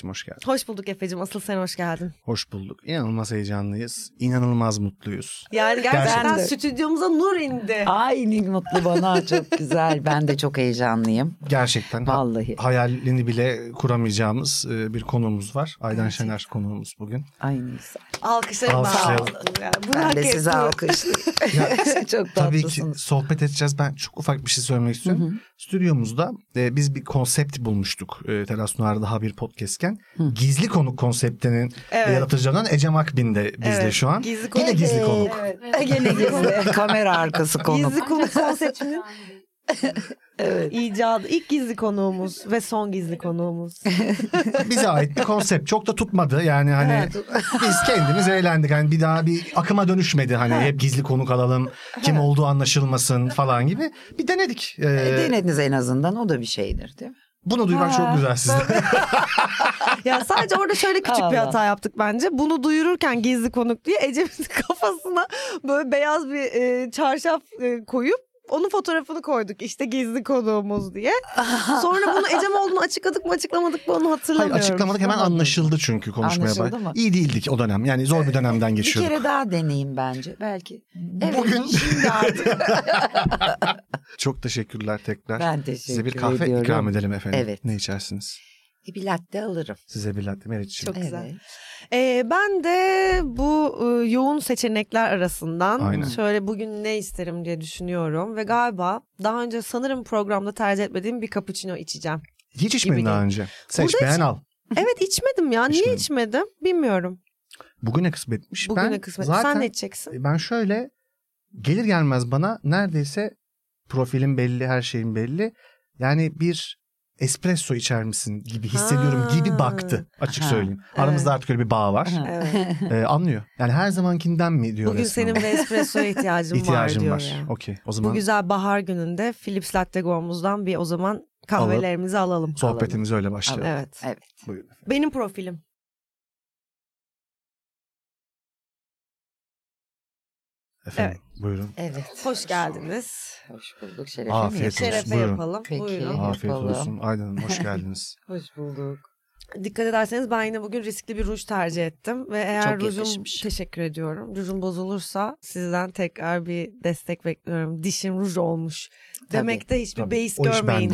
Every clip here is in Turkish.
Meriç'im hoş geldin. Hoş bulduk Efe'cim. Asıl sen hoş geldin. Hoş bulduk. İnanılmaz heyecanlıyız. İnanılmaz mutluyuz. Yani gerçekten Gerçekten. stüdyomuza nur indi. Ay ne mutlu bana, çok güzel. Ben de çok heyecanlıyım. Gerçekten Vallahi. hayalini bile kuramayacağımız bir konuğumuz var. Aydan Şener konuğumuz bugün. Ay ne güzel. Alkışlarım Alkışlayalım. yani. Bunu Ben hak de size etti. alkışlayayım. Çok Tabii ki tatlısınız. sohbet edeceğiz. Ben çok ufak bir şey söylemek istiyorum. Stüdyomuzda biz bir konsept bulmuştuk. Teras Noir'da daha bir podcastken. Gizli konuk konseptinin yaratıcılarından Ecem Akbin de bizde şu an. Gizli Yine konuk. gizli konuk. Gene gizli. Kamera arkası konuk. Gizli konuk konseptinin icadı. İlk gizli konuğumuz ve son gizli konuğumuz. Bize ait bir konsept. Çok da tutmadı. Yani hani biz kendimiz eğlendik. Hani bir daha bir akıma dönüşmedi. Hani hep gizli konuk alalım. Kim olduğu anlaşılmasın falan gibi. Bir denedik. Denediniz en azından, o da bir şeydir değil mi? Bunu duymak çok güzel sizden. Ya sadece orada şöyle küçük bir Allah. hata yaptık bence. Bunu duyururken gizli konuk diye Ecem'in kafasına böyle beyaz bir çarşaf koyup onun fotoğrafını koyduk, işte gizli konuğumuz diye. Sonra bunu Ecem olduğunu açıkladık mı açıklamadık mı onu hatırlamıyorum. Hayır, açıklamadık, hemen anlaşıldı çünkü konuşmaya Anlaşıldı başladık. mı? İyi değildik o dönem. Yani zor bir dönemden Bir geçiyorduk. kere daha deneyim bence. Belki. Evet, Bugün- şimdi artık. Çok teşekkürler tekrar. Ben teşekkür Size bir kahve ediyorum. ikram edelim efendim. Evet. Ne içersiniz? Bir latte alırım. Size bir latte Meriç'ciğim. Çok güzel. Evet. Ben de bu yoğun seçenekler arasından Aynen. şöyle bugün ne isterim diye düşünüyorum. Ve galiba daha önce sanırım programda tercih etmediğim bir cappuccino içeceğim. Hiç içmedin Gibi daha değil. önce. Seç, Burada beğen, al. Evet, içmedim ya. Niye İçmedin. içmedim bilmiyorum. Bugüne kısmetmiş. Bugüne Ben kısmet. zaten Sen ne içeceksin? ben şöyle gelir gelmez bana neredeyse profilim belli, her şeyim belli. Yani bir espresso içer misin gibi hissediyorum gibi baktı, açık Ha. söyleyeyim. Aramızda artık öyle bir bağ var. Evet. Anlıyor. Yani her zamankinden mi diyor Bugün resmen. senin bir espressoya ihtiyacın var İhtiyacım diyor var. ya. Okey. O Bu zaman güzel bahar gününde Philips Latte Go'muzdan bir o zaman kahvelerimizi alalım. sohbetimiz öyle başlayalım. Evet. Evet. Buyurun. Benim profilim. Efendim buyurun. Evet. Hoş geldiniz. Hoş bulduk. Şerefe Afiyet mi? olsun. Şerefe Buyurun. yapalım. Peki. Buyurun. Afiyet Yapalım. olsun. Aydan Hanım hoş geldiniz. Hoş bulduk. Dikkat ederseniz ben yine bugün riskli bir ruj tercih ettim. Ve eğer Çok rujum, yakışmış. teşekkür ediyorum. Rujum bozulursa sizden tekrar bir destek bekliyorum. Dişim ruj olmuş. Demekte hiçbir Tabii. beis O iş görmeyin.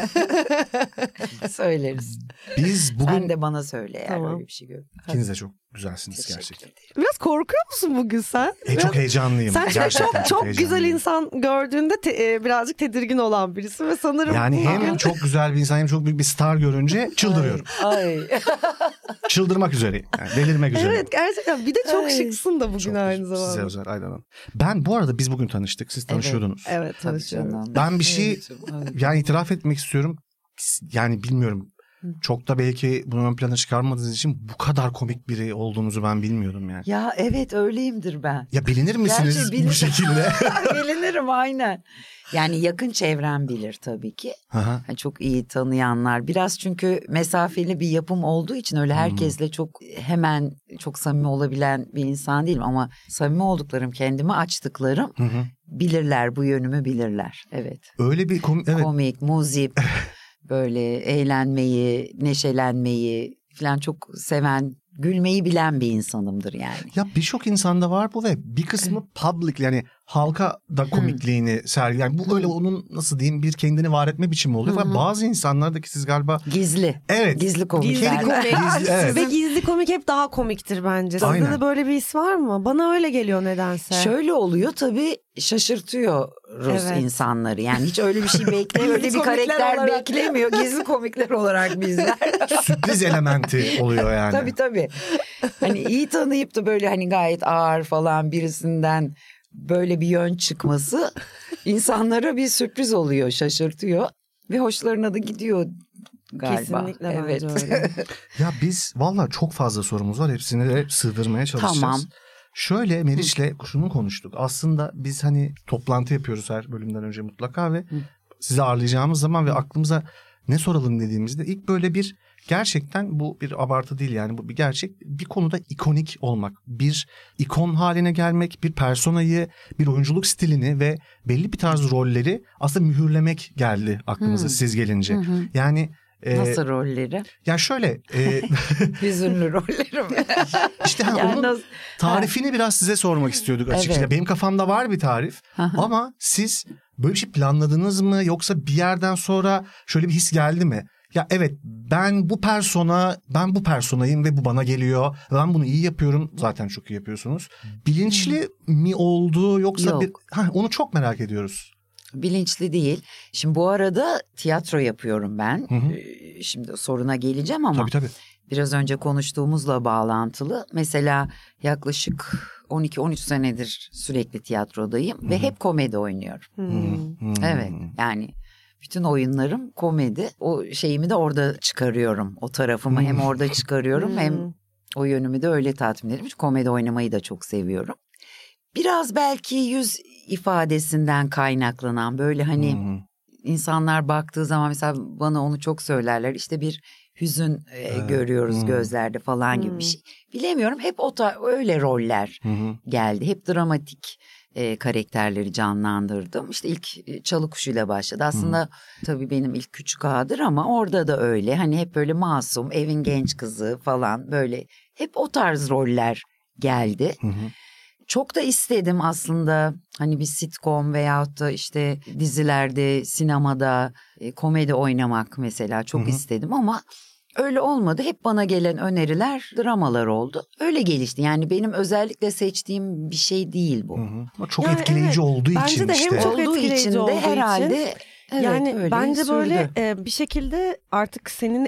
bende. Söyleriz. Biz bugün Sen de bana söyle eğer Tamam. öyle bir şey gör. ikiniz de çok güzelsiniz Teşekkür gerçekten. ederim. Biraz korkuyor musun bugün sen? Çok heyecanlıyım. Sen Gerçekten çok güzel heyecanlıyım. insan gördüğünde birazcık tedirgin olan birisi ve sanırım Yani hem çok güzel bir insan hem çok büyük bir star görünce çıldırıyorum. Ay. Çıldırmak üzereyim. Yani delirmek üzereyim. evet, gerçekten bir de çok Ay. şıksın da bugün Çok aynı size zamanda. özel Aydan Hanım. Ben bu arada biz bugün tanıştık. Siz tanışıyordunuz. Evet, Tabii tanışıyorum. canım. Ben bir şey Evet, evet. yani itiraf etmek istiyorum. Yani bilmiyorum. Çok da belki bunu ön plana çıkarmadığınız için bu kadar komik biri olduğunuzu ben bilmiyordum yani. Ya evet, öyleyimdir ben. Ya bilinir misiniz Gerçi bu bilinir. şekilde? Bilinirim aynen. Yani yakın çevrem bilir tabii ki. Aha. Yani çok iyi tanıyanlar. Biraz çünkü mesafeli bir yapım olduğu için öyle herkesle çok hemen çok samimi olabilen bir insan değilim. Ama samimi olduklarım, kendimi açtıklarım Hı hı. bilirler, bu yönümü bilirler. Evet. Öyle bir evet. Komik, muzip, böyle eğlenmeyi, neşelenmeyi falan çok seven, gülmeyi bilen bir insanımdır yani. Ya birçok insanda var bu ve bir kısmı public, yani halka da komikliğini sergiler. Yani bu öyle onun nasıl diyeyim bir kendini var etme biçimi oluyor. Ve bazı insanlardaki siz galiba Gizli. evet Gizli komik. Gizli yani. komik. Gizli, evet. Ve gizli komik hep daha komiktir bence. Sizde Aynen. de böyle bir his var mı? Bana öyle geliyor nedense. Şöyle oluyor tabii, şaşırtıyoruz Evet. insanları. Yani hiç öyle bir şey beklemiyor. Öyle bir komikler karakter olarak. beklemiyor. Gizli komikler olarak bizler. sürpriz elementi oluyor yani. Tabii. Hani iyi tanıyıp da böyle hani gayet ağır falan birisinden böyle bir yön çıkması insanlara bir sürpriz oluyor, şaşırtıyor ve hoşlarına da gidiyor galiba. Kesinlikle evet. bence öyle. Ya biz valla çok fazla sorumuz var. Hepsini de sığdırmaya çalışacağız. Tamam. Şöyle Meriç'le şunu konuştuk. Aslında biz hani toplantı yapıyoruz her bölümden önce mutlaka ve sizi ağırlayacağımız zaman ve aklımıza ne soralım dediğimizde ilk böyle bir gerçekten bu bir abartı değil yani bu bir gerçek, bir konuda ikonik olmak, bir ikon haline gelmek, bir personayı, bir oyunculuk stilini ve belli bir tarz rolleri aslında mühürlemek geldi aklımıza siz gelince. Yani Nasıl rolleri? Ya şöyle. Hüzünlü rolleri mi? İşte Yani onun nasıl- tarifini biraz size sormak istiyorduk açıkçası. Evet. Benim kafamda var bir tarif ama siz böyle bir şey planladınız mı? Yoksa bir yerden sonra şöyle bir his geldi mi? Ya evet ben bu personayım ve bu bana geliyor. Ben bunu iyi yapıyorum. Zaten çok iyi yapıyorsunuz. Bilinçli mi oldu yoksa Yok. onu çok merak ediyoruz. Bilinçli değil. Şimdi bu arada tiyatro yapıyorum ben. Şimdi soruna geleceğim ama Tabii. biraz önce konuştuğumuzla bağlantılı. Mesela yaklaşık 12-13 senedir sürekli tiyatrodayım ve hep komedi oynuyorum. Evet, yani bütün oyunlarım komedi. O şeyimi de orada çıkarıyorum. O tarafımı hem orada çıkarıyorum hem o yönümü de öyle tatmin ederim. Komedi oynamayı da çok seviyorum. Biraz belki yüz ifadesinden kaynaklanan böyle hani insanlar baktığı zaman mesela bana onu çok söylerler. İşte bir hüzün görüyoruz gözlerde falan gibi bir şey. Bilemiyorum, hep öyle roller geldi. Hep dramatik karakterleri canlandırdım. İşte ilk Çalı Kuşu'yla başladı. Aslında tabii benim ilk Küçük Ağa'dır ama orada da öyle. Hani hep böyle masum, evin genç kızı falan, böyle hep o tarz roller geldi. Çok da istedim aslında hani bir sitcom veyahut da işte dizilerde, sinemada komedi oynamak mesela çok istedim ama öyle olmadı. Hep bana gelen öneriler dramalar oldu. Öyle gelişti. Yani benim özellikle seçtiğim bir şey değil bu. Ama çok Yani etkileyici olduğu bence için de işte. hem çok Olduğu etkileyici için olduğu de için. herhalde evet, yani öyle bence sürdü. böyle bir şekilde artık senin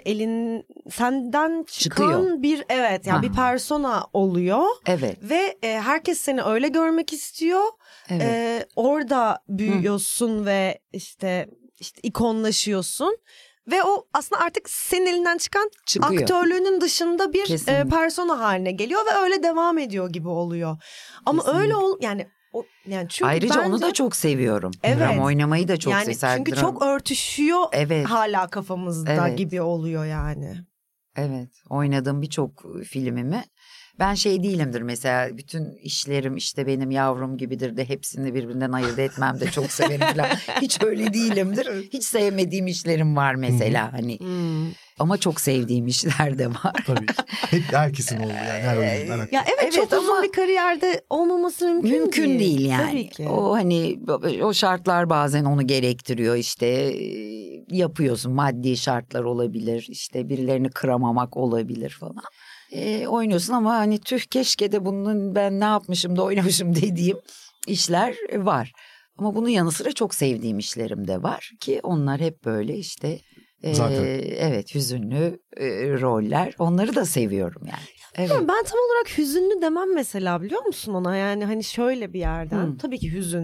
senden çıkan Çıkıyor. bir yani bir persona oluyor. Evet. Ve herkes seni öyle görmek istiyor. Evet. Orada büyüyorsun ve işte ikonlaşıyorsun. Ve o aslında artık senin elinden çıkan Çıkıyor. aktörlüğünün dışında bir Kesinlikle. persona haline geliyor ve öyle devam ediyor gibi oluyor. Ama Kesinlikle. öyle yani çünkü Ayrıca bence, onu da çok seviyorum. Evet. Drama oynamayı da çok yani seviyorum. çünkü çok örtüşüyor Evet. hala kafamızda Evet. gibi oluyor yani. Evet, oynadığım birçok filmimi. Ben şey değilimdir mesela, bütün işlerim işte benim yavrum gibidir de hepsini birbirinden ayırt etmem de çok severim falan. Hiç öyle değilimdir. Hiç sevmediğim işlerim var mesela hani. Ama çok sevdiğim işler de var. Tabii ki. Hep herkesin olduğu yani her oyunun. Evet. Ya evet, çok ama uzun bir kariyerde olmaması mümkün değil yani. Tabii ki. O hani o şartlar bazen onu gerektiriyor, işte yapıyorsun, maddi şartlar olabilir, işte birilerini kıramamak olabilir falan. Oynuyorsun ama hani tüh keşke de bunun ben ne yapmışım da oynamışım dediğim işler var. Ama bunun yanı sıra çok sevdiğim işlerim de var ki onlar hep böyle işte Zaten. evet, hüzünlü roller, onları da seviyorum yani. Evet. Ben tam olarak hüzünlü demem mesela, biliyor musun ona? Yani hani şöyle bir yerden tabii ki hüzün.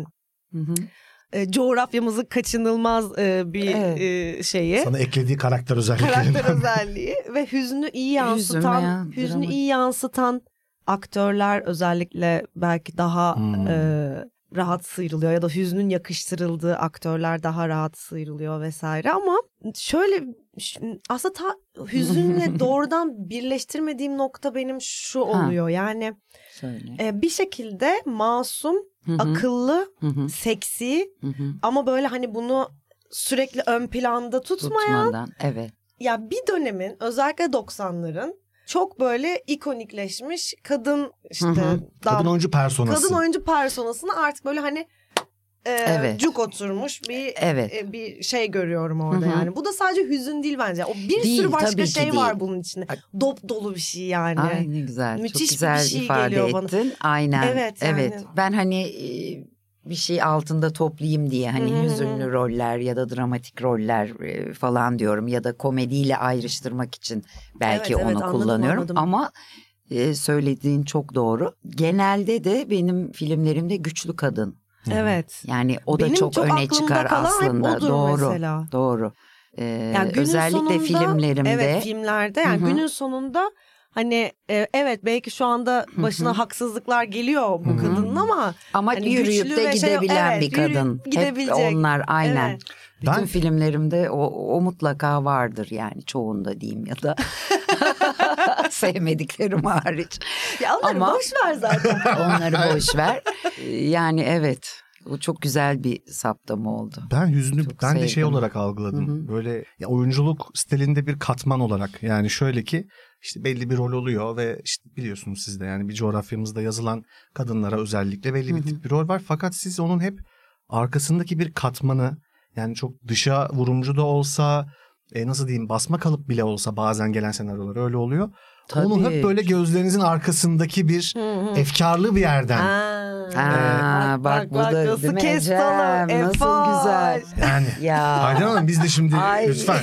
Coğrafyamızın kaçınılmaz bir şeyi. Sana eklediği karakter özelliklerinden. Karakter özelliği ve hüznü iyi yansıtan, iyi yansıtan aktörler özellikle belki daha rahat sıyrılıyor ya da hüznün yakıştırıldığı aktörler daha rahat sıyrılıyor vesaire. Ama şöyle aslında hüzünle doğrudan birleştirmediğim nokta benim şu oluyor. Yani bir şekilde masum, akıllı, seksi ama böyle hani bunu sürekli ön planda tutmayan. Evet. Ya bir dönemin, özellikle 90'ların çok böyle ikonikleşmiş kadın işte kadın oyuncu personası. Kadın oyuncu personasını artık böyle hani cuk oturmuş bir şey görüyorum orada yani. Bu da sadece hüzün değil bence. O bir sürü başka şey var bunun içinde. Dop dolu bir şey yani. Ay ne güzel. Müthiş çok güzel bir şey ifade geliyor ettin. bana. Aynen. Evet. Yani. Ben hani bir şey altında toplayayım diye hani hüzünlü roller ya da dramatik roller falan diyorum ya da komediyle ayrıştırmak için belki onu kullanıyorum. Anladım. Ama söylediğin çok doğru. Genelde de benim filmlerimde güçlü kadın. Evet. Yani o da benim çok öne çıkar aslında. Doğru. Mesela. Doğru. Yani özellikle sonunda, filmlerimde. Evet, filmlerde yani günün sonunda hani evet belki şu anda başına haksızlıklar geliyor bu kadının ama hani yürüyüp de gidebilen bir kadın. Gidebilecek. Hep onlar aynen. Evet. Bütün filmlerimde o mutlaka vardır yani, çoğunda diyeyim ya da sevmediklerim hariç. Ya onları boş ver zaten. Onları boş ver. Yani evet. O çok güzel bir saptama oldu. Ben hüznü Çok ben de şey sevdim. olarak algıladım. Böyle ya, oyunculuk stilinde bir katman olarak. Yani şöyle ki işte belli bir rol oluyor ve işte biliyorsunuz siz de yani bir coğrafyamızda yazılan kadınlara özellikle belli bir tip bir rol var. Fakat siz onun hep arkasındaki bir katmanı, yani çok dışa vurumcu da olsa nasıl diyeyim, basma kalıp bile olsa bazen gelen senaryolar öyle oluyor. Tabii. Onu hep böyle gözlerinizin arkasındaki bir efkarlı bir yerden. Bak bu da nasıl değil mi kesti Ecem? onu? Nasıl güzel. Yani Ya. Aydan Hanım biz de şimdi Ay. lütfen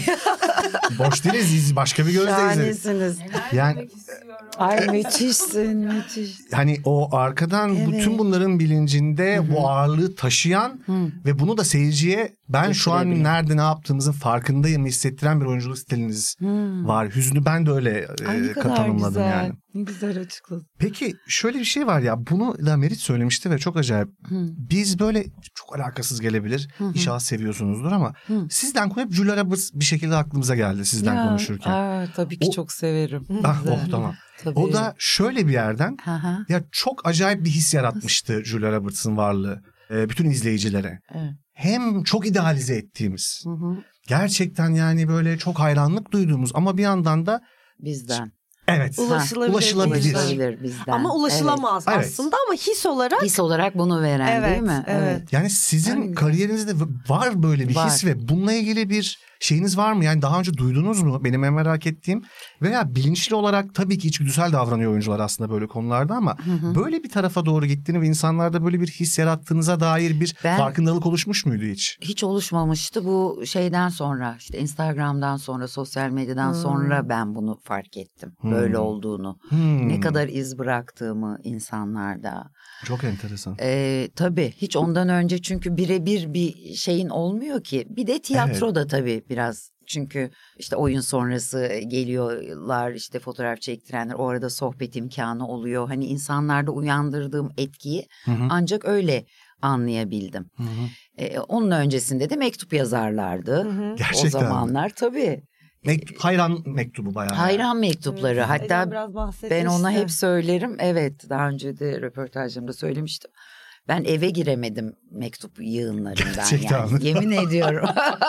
boş değiliz, başka bir gözle izleriz. Şahanesiniz. Yani Ay müthişsin müthiş. hani o arkadan Evet. bütün bunların bilincinde bu ağırlığı taşıyan ve bunu da seyirciye ben şu an Getirebilen. nerede ne yaptığımızın farkındayım hissettiren bir oyunculuk stiliniz var. Hüznü ben de öyle Ay ne kadar tanımladım güzel. yani. Ne güzel açıkladın. Peki şöyle bir şey var ya, bunu da Meriç söylemişti ve çok acayip. Biz böyle çok alakasız gelebilir. İnşallah seviyorsunuzdur ama sizden hep Julia Roberts bir şekilde aklımıza geldi sizden konuşurken. Tabii ki çok severim. Tamam. Tabii. O da şöyle bir yerden Aha. ya çok acayip bir his yaratmıştı Julia Roberts'ın varlığı bütün izleyicilere. Evet. Hem çok idealize ettiğimiz, gerçekten yani böyle çok hayranlık duyduğumuz ama bir yandan da Bizden. evet Ulaşılabilir. Ulaşılabilir bizden. Ama ulaşılamaz Evet. aslında ama his olarak. His olarak bunu veren değil mi? Evet. yani sizin kariyerinizde var böyle bir Var. his ve bununla ilgili bir şeyiniz var mı? Yani daha önce duydunuz mu? Benim en merak ettiğim, veya bilinçli olarak tabii ki içgüdüsel davranıyor oyuncular aslında böyle konularda ama böyle bir tarafa doğru gittiğini ve insanlarda böyle bir his yarattığınıza dair bir farkındalık oluşmuş muydu hiç? Hiç oluşmamıştı. Bu şeyden sonra, işte Instagram'dan sonra, sosyal medyadan sonra ben bunu fark ettim. Böyle olduğunu. Ne kadar iz bıraktığımı insanlarda. Çok enteresan. Tabii hiç ondan önce, çünkü birebir bir şeyin olmuyor ki. Bir de tiyatro da tabii biraz. Çünkü işte oyun sonrası geliyorlar, işte fotoğraf çektirenler, o arada sohbet imkanı oluyor. Hani insanlarda uyandırdığım etkiyi ancak öyle anlayabildim. Onun öncesinde de mektup yazarlardı. Gerçekten o zamanlar tabii. Hayran mektubu bayağı. Hayran mektupları. Hatta biraz ben ona hep söylerim. Evet, daha önce de röportajlarımda söylemiştim. Ben eve giremedim mektup yığınlarından. Gerçekten yani. mi? Yemin ediyorum.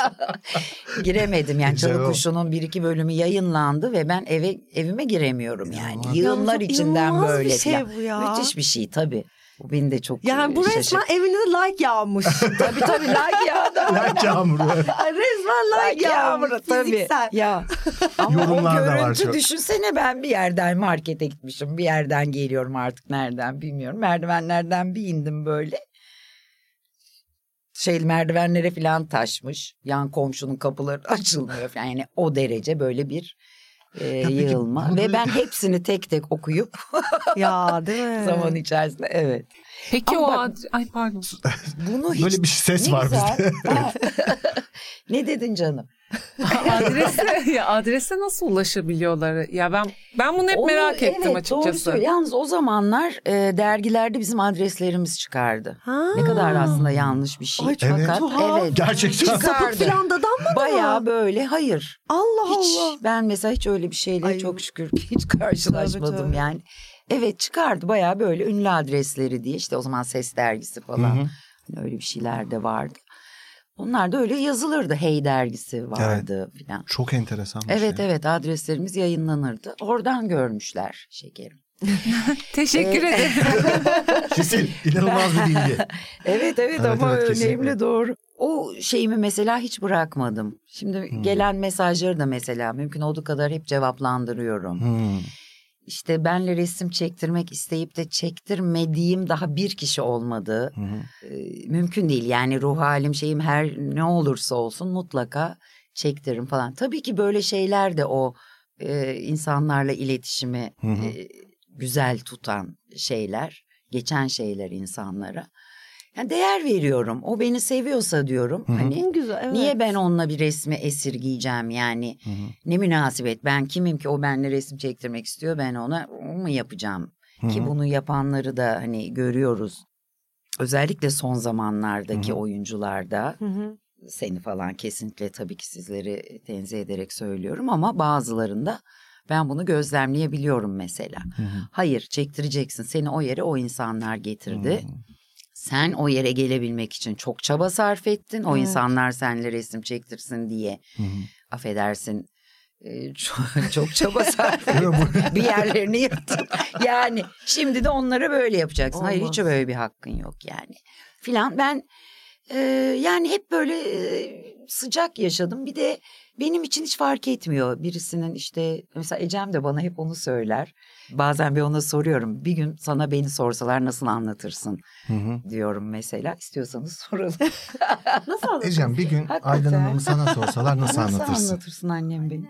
Giremedim yani. Güzel Çalı o. Kuşu'nun 1-2 bölümü yayınlandı ve ben evime giremiyorum yani. İnanılmaz. Yığınlar Yalnız içinden inanılmaz böyle. bir şey falan. bu ya. Müthiş bir şey tabii. Bu beni de çok Yani bu resmen şaşırttı. evinize like yağmış. Tabii like yağdı. Like yağmuru. Resmen like yağmış. Tabii. Fiziksel. Ya. Ama Yorumlar o da var görüntü çok. düşünsene, ben bir yerden markete gitmişim. Bir yerden geliyorum, artık nereden bilmiyorum. Merdivenlerden bir indim böyle. Merdivenlere falan taşmış. Yan komşunun kapıları açılmıyor falan. Yani o derece böyle bir yığılma. bu Ve böyle- ben hepsini tek tek okuyup Ya değil mi? zaman içerisinde evet. Peki Ama o bak- ay pardon. Bunu hiç... Böyle bir ses Ne var güzel. bizde. Ha. Ne dedin canım? Adrese nasıl ulaşabiliyorlar? Ya ben bunu hep Onu- merak ettim evet, Doğru açıkçası. söylüyor. Yalnız o zamanlar dergilerde bizim adreslerimiz çıkardı. Ha. Ne kadar aslında yanlış bir şey. Ay, çok Fakat tuhaf. evet. Gerçekten. Hiç sapık Çıkardı. filan dadanmadı Bayağı mı? böyle hayır. Allah Hiç Allah. ben mesela hiç öyle bir şeyle Ay. çok şükür ki hiç karşılaşmadım Tabii, tabii. yani. Evet, çıkardı bayağı böyle ünlü adresleri diye, işte o zaman Ses dergisi falan. Hani öyle bir şeyler de vardı. Onlar da öyle yazılırdı. Hey dergisi vardı filan. Çok enteresan bir Evet şey. evet, adreslerimiz yayınlanırdı. Oradan görmüşler şekerim. Teşekkür ederim. Kesin inanılmaz bir bilgi. Evet Evet, ama evet, kesinlikle. önemli, doğru. O şeyimi mesela hiç bırakmadım. Şimdi gelen mesajları da mesela mümkün olduğu kadar hep cevaplandırıyorum. İşte benle resim çektirmek isteyip de çektirmediğim daha bir kişi olmadı. Mümkün değil yani, ruh halim şeyim her ne olursa olsun mutlaka çektiririm falan. Tabii ki böyle şeyler de o insanlarla iletişimi güzel tutan şeyler, geçen şeyler insanlara. Yani değer veriyorum. O beni seviyorsa diyorum. Hani En güzel. Evet. niye ben onunla bir resmi esirgeyeceğim yani? Ne münasebet, ben kimim ki o benimle resim çektirmek istiyor, ben ona mı yapacağım? Ki bunu yapanları da hani görüyoruz. Özellikle son zamanlardaki oyuncularda. Seni falan kesinlikle tabii ki sizleri tenzih ederek söylüyorum ama bazılarında ben bunu gözlemleyebiliyorum mesela. Hayır, çektireceksin, seni o yere o insanlar getirdi. Sen o yere gelebilmek için çok çaba sarf ettin. O insanlar seninle resim çektirsin diye. Affedersin. Çok çaba sarf ettin. Bir yerlerini yırttın. Yani şimdi de onlara böyle yapacaksın. Olmaz. Hayır, hiç böyle bir hakkın yok yani. Filan ben yani hep böyle sıcak yaşadım. Bir de benim için hiç fark etmiyor. Birisinin işte mesela Ecem de bana hep onu söyler. Bazen bir ona soruyorum. Bir gün sana beni sorsalar nasıl anlatırsın diyorum mesela. İstiyorsanız soralım. Nasıl anlatıyorsun? Ecem bir gün Hakikaten. Aydan Hanım'ı sana sorsalar nasıl anlatırsın? Nasıl anlatırsın annem beni?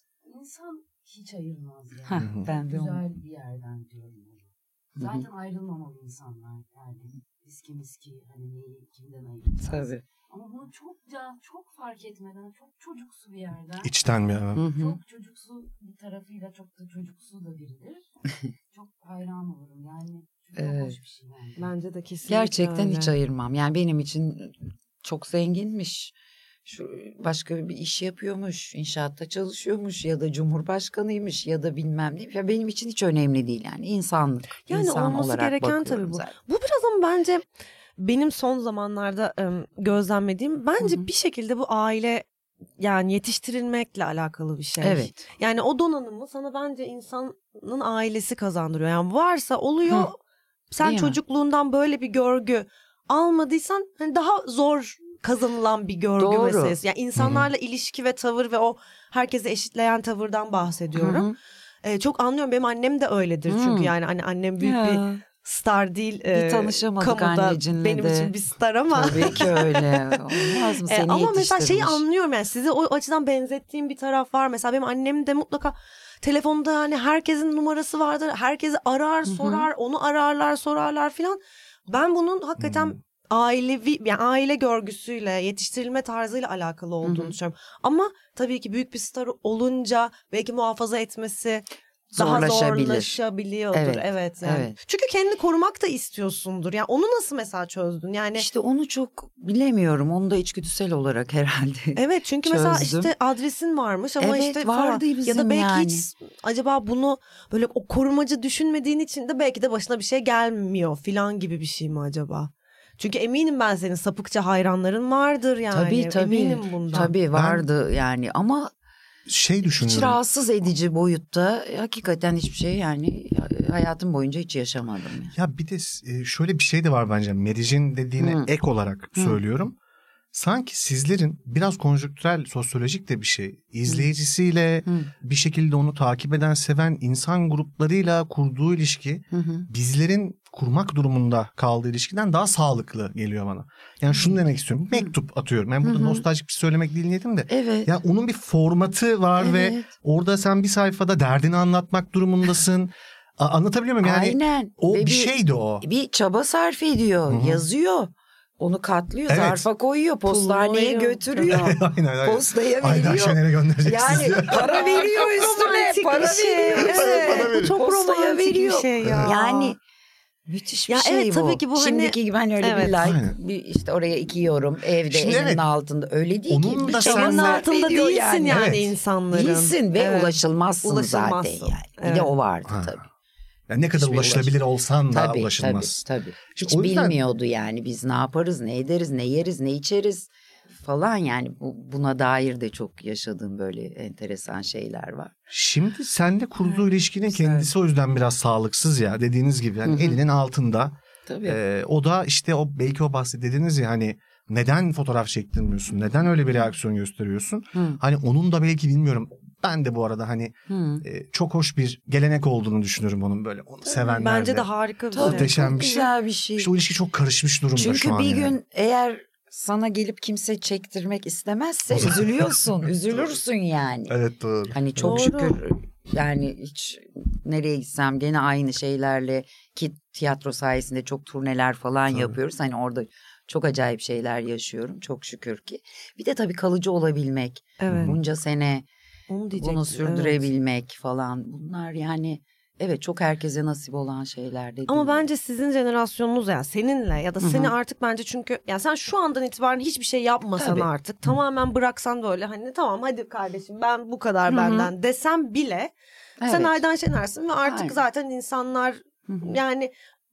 İnsan hiç ayırmaz yani. Hah, ben de onu. Güzel bir yerden diyorum onu. Zaten ayrılmamalı insanlar. Yani biz kimiz ki hani neyi kimden ayıracağız. Tabii. Ama bunu çok fark etmeden çok çocuksu bir yerden. İçten bir Çok çocuksu bir tarafıyla çok da çocuksu da biridir. Çok hayran olurum yani. Çok Evet. hoş bir şey bence. Bence de kesinlikle Gerçekten öyle. hiç ayırmam. Yani benim için çok zenginmiş. Şu başka bir iş yapıyormuş, inşaatta çalışıyormuş ya da cumhurbaşkanıymış ya da bilmem ne. Ya benim için hiç önemli değil yani insanlık. Yani insan olması olarak gereken bakıyorum tabii bu. zaten. Bu biraz ama bence benim son zamanlarda gözlemlediğim bence bir şekilde bu aile yani yetiştirilmekle alakalı bir şey. Evet. Yani o donanımı sana bence insanın ailesi kazandırıyor. Yani varsa oluyor. Sen Değil mi? çocukluğundan böyle bir görgü almadıysan hani daha zor kazanılan bir görgü Doğru. meselesi. Yani insanlarla ilişki ve tavır ve o herkesi eşitleyen tavırdan bahsediyorum. Çok anlıyorum. Benim annem de öyledir çünkü yani hani annem büyük bir star değil. Bir tanışamadık kamuda annecinle benim de. için bir star ama. Tabii ki öyle. Olmaz mı seni Ama mesela şeyi yetiştirmiş? anlıyorum yani size o açıdan benzettiğim bir taraf var. Mesela benim annem de mutlaka telefonda hani herkesin numarası vardır. Herkesi arar, sorar, onu ararlar, sorarlar filan. Ben bunun hakikaten ailevi yani aile görgüsüyle, yetiştirilme tarzıyla alakalı olduğunu düşünüyorum. Ama tabii ki büyük bir star olunca belki muhafaza etmesi daha Zorlaşabilir. zorlaşabiliyordur. Evet yani. evet. Çünkü kendini korumak da istiyorsundur. Yani onu nasıl mesela çözdün? Yani İşte onu çok bilemiyorum. Onu da içgüdüsel olarak herhalde. evet çünkü mesela çözdüm. işte adresin varmış ama Evet, işte vardı falan. bizim Ya da belki yani. hiç acaba bunu böyle o korumacı düşünmediğin için de belki de başına bir şey gelmiyor filan gibi bir şey mi acaba? Çünkü eminim ben senin sapıkça hayranların vardır yani. Tabii. Eminim bundan. Tabii vardı yani ama Şey hiç düşünüyorum. rahatsız edici boyutta hakikaten hiçbir şey yani hayatım boyunca hiç yaşamadım. Yani. Ya bir de şöyle bir şey de var bence. Meric'in dediğine ek olarak söylüyorum. Sanki sizlerin biraz konjonktürel, sosyolojik de bir şey. İzleyicisiyle bir şekilde onu takip eden, seven insan gruplarıyla kurduğu ilişki bizlerin kurmak durumunda kaldığı ilişkiden daha sağlıklı geliyor bana. Yani şunu demek istiyorum. Mektup atıyorum. Yani burada nostaljik bir şey söylemek değil niyetim de. Evet. Ya onun bir formatı var ve Evet. orada sen bir sayfada derdini anlatmak durumundasın. Anlatabiliyor muyum? Yani Aynen. o Ve bir şeydi o. Bir çaba sarf ediyor, yazıyor. Onu katlıyor, Evet. zarfa koyuyor, postaneye Pulluyor. götürüyor. Aynen. Postaya Aydan veriyor. Şener'e göndereceksiniz. Yani para veriyor üstüne, Romantik para bir şey. veriyor. Evet. Bu çok Postaya romantik bir veriyor. şey ya. Yani müthiş bir Ya şey evet, bu. tabii ki bu hani- Şimdiki gibi hani öyle Evet. bir like, Aynen. bir işte oraya 2 yorum, evde Şimdi elinin evet. altında. Öyle değil Onun ki. Bir da çaba Elinin senle- sarf altında ediyor değilsin yani Evet. insanların. Değilsin ve Evet. ulaşılmazsın zaten Ulaşılmazsın. yani. Bir Evet. de o vardı Ha. tabii. Yani ne kadar Hiçbir ulaşılabilir olsan da Tabii, ulaşılmaz. tabii. Hiç o yüzden- bilmiyordu yani biz ne yaparız, ne ederiz, ne yeriz, ne içeriz falan yani buna dair de çok yaşadığım böyle enteresan şeyler var. Şimdi seninle kurduğu ilişkinin güzel. kendisi o yüzden biraz sağlıksız ya dediğiniz gibi. Yani elinin altında. Tabii. O da işte o belki o bahsettiğiniz ya hani neden fotoğraf çektirmiyorsun? Neden öyle bir reaksiyon gösteriyorsun? Hani onun da belki bilmiyorum. Ben de bu arada hani çok hoş bir gelenek olduğunu düşünüyorum onun böyle onu sevenlerle. Bence de harika bir Tabii, şey. Muhteşem çok bir şey. güzel bir şey. İşte o ilişki çok karışmış durumda Çünkü şu an. bir yani. gün eğer sana gelip kimse çektirmek istemezse üzülüyorsun, üzülürsün yani. Evet doğru. Hani çok Doğru. şükür yani hiç nereye gitsem gene aynı şeylerle ki tiyatro sayesinde çok turneler falan yapıyoruz. Hani orada çok acayip şeyler yaşıyorum çok şükür ki. Bir de tabii kalıcı olabilmek. Evet. Bunca sene Onu diyecektim. bunu sürdürebilmek falan bunlar yani evet çok herkese nasip olan şeyler de Ama değil. bence sizin jenerasyonunuz yani seninle ya da seni artık bence çünkü yani sen şu andan itibaren hiçbir şey yapmasan Tabii. artık tamamen bıraksan böyle hani tamam hadi kardeşim ben bu kadar benden desem bile sen Evet. Aydan Şener'sin ve artık Aynen. zaten insanlar yani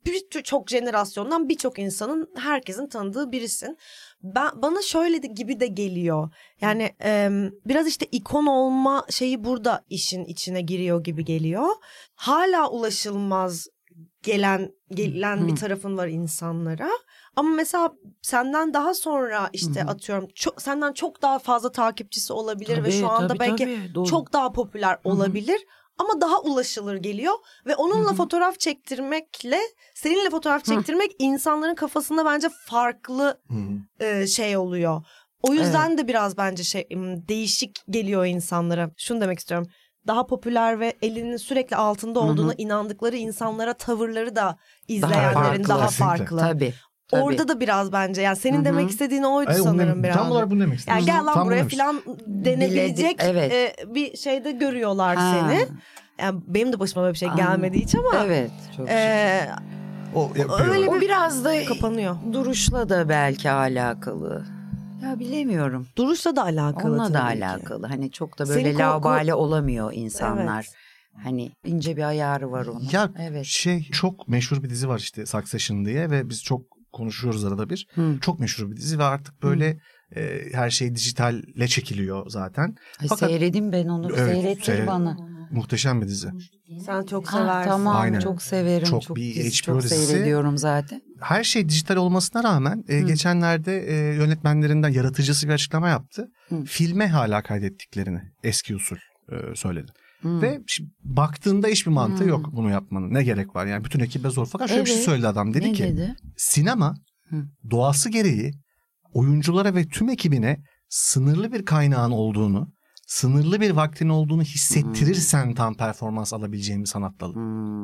birçok jenerasyondan birçok insanın, herkesin tanıdığı birisin. Bana şöyle gibi de geliyor. Yani biraz işte ikon olma şeyi burada işin içine giriyor gibi geliyor. Hala ulaşılmaz gelen bir tarafın var insanlara. Ama mesela senden daha sonra işte atıyorum senden çok daha fazla takipçisi olabilir ve şu anda belki çok daha popüler olabilir. Ama daha ulaşılır geliyor ve onunla fotoğraf çektirmekle seninle fotoğraf çektirmek insanların kafasında bence farklı şey oluyor. O yüzden de biraz bence değişik geliyor insanlara. Şunu demek istiyorum. Daha popüler ve elinin sürekli altında olduğuna inandıkları insanlara tavırları da izleyenlerin daha farklı. Tabii. Orada da biraz bence yani senin demek istediğin oydu sanırım biraz. Tam olarak bunu demek istedim. Yani gel lan buraya falan denebilecek bir şeyde görüyorlar seni. Yani benim de başıma böyle bir şey gelmedi hiç ama. Evet. Çok öyle o biraz da kapanıyor. Duruşla da belki alakalı. Ya bilemiyorum. Duruşla da alakalı. Onunla da alakalı. Hani çok da böyle laubali olamıyor insanlar. Evet. Hani ince bir ayarı var onun. Ya çok meşhur bir dizi var işte Succession diye ve biz çok konuşuyoruz arada bir. Çok meşhur bir dizi ve artık böyle her şey dijitalle çekiliyor zaten. Fakat seyredim ben onu. Seyrettir bana. Muhteşem bir dizi. Sen çok seversin. Tamam. Aynen. Çok severim. Çok bir HBO dizisi. Seyrediyorum zaten. Her şey dijital olmasına rağmen geçenlerde yönetmenlerinden yaratıcısı bir açıklama yaptı. Filme hala kaydettiklerini eski usul söyledi. Ve baktığında hiçbir mantığı yok bunu yapmanın. Ne gerek var yani bütün ekibe zor. Fakat şöyle bir şey söyledi adam. Dedi ki sinema doğası gereği oyunculara ve tüm ekibine sınırlı bir kaynağın olduğunu, sınırlı bir vaktin olduğunu hissettirirsen tam performans alabileceğin bir sanat dalı.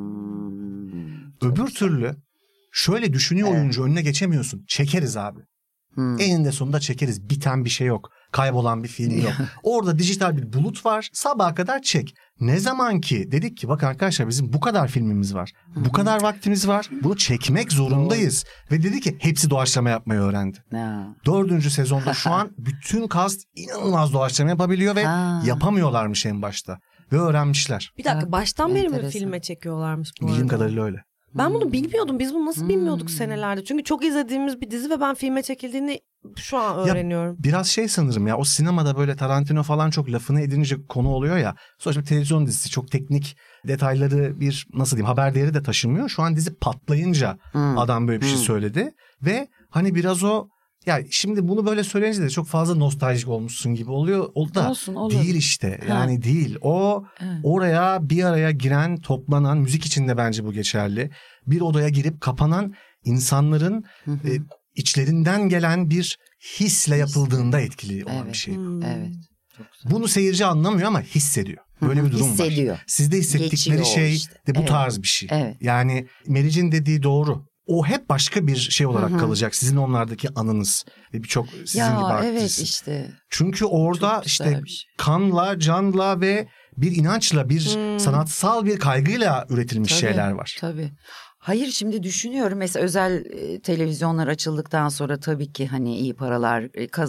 Öbür türlü şöyle düşünüyor oyuncu, önüne geçemiyorsun. Çekeriz abi. Eninde sonunda çekeriz. Biten bir şey yok. Kaybolan bir film yok. Orada dijital bir bulut var. Sabaha kadar çek. Ne zaman ki dedik ki bak arkadaşlar bizim bu kadar filmimiz var. Bu kadar vaktimiz var. Bunu çekmek zorundayız. Ve dedi ki hepsi doğaçlama yapmayı öğrendi. 4. sezonda şu an bütün cast inanılmaz doğaçlama yapabiliyor ve yapamıyorlarmış en başta. Ve öğrenmişler. Bir dakika baştan beri mi filme çekiyorlarmış bu arada? Bildiğim kadarıyla öyle. Ben bunu bilmiyordum. Biz bunu nasıl bilmiyorduk senelerde? Çünkü çok izlediğimiz bir dizi ve ben filme çekildiğini şu an öğreniyorum. Ya, biraz sanırım ya o sinemada böyle Tarantino falan çok lafını edince konu oluyor ya. Sonuçta bir televizyon dizisi çok teknik detayları bir nasıl diyeyim haber değeri de taşımıyor. Şu an dizi patlayınca adam böyle bir şey söyledi. Ve hani biraz o ya şimdi bunu böyle söyleyince de çok fazla nostaljik olmuşsun gibi oluyor. O da değil işte. Yani değil. O oraya bir araya giren, toplanan, müzik için de bence bu geçerli. Bir odaya girip kapanan insanların içlerinden gelen bir hisle yapıldığında etkili olan bir şey. Evet. Bunu seyirci anlamıyor ama hissediyor. Böyle bir durum hissediyor. var. Sizde hissettikleri şey de bu tarz bir şey. Evet. Yani Meriç'in dediği doğru. O hep başka bir şey olarak kalacak. Sizin onlardaki anınız ve birçok sizin gibi aktivist. Evet işte. Çünkü orada işte kanla, canla ve bir inançla, bir sanatsal bir kaygıyla üretilmiş şeyler var. Tabii. Hayır şimdi düşünüyorum mesela özel televizyonlar açıldıktan sonra tabii ki hani iyi paralar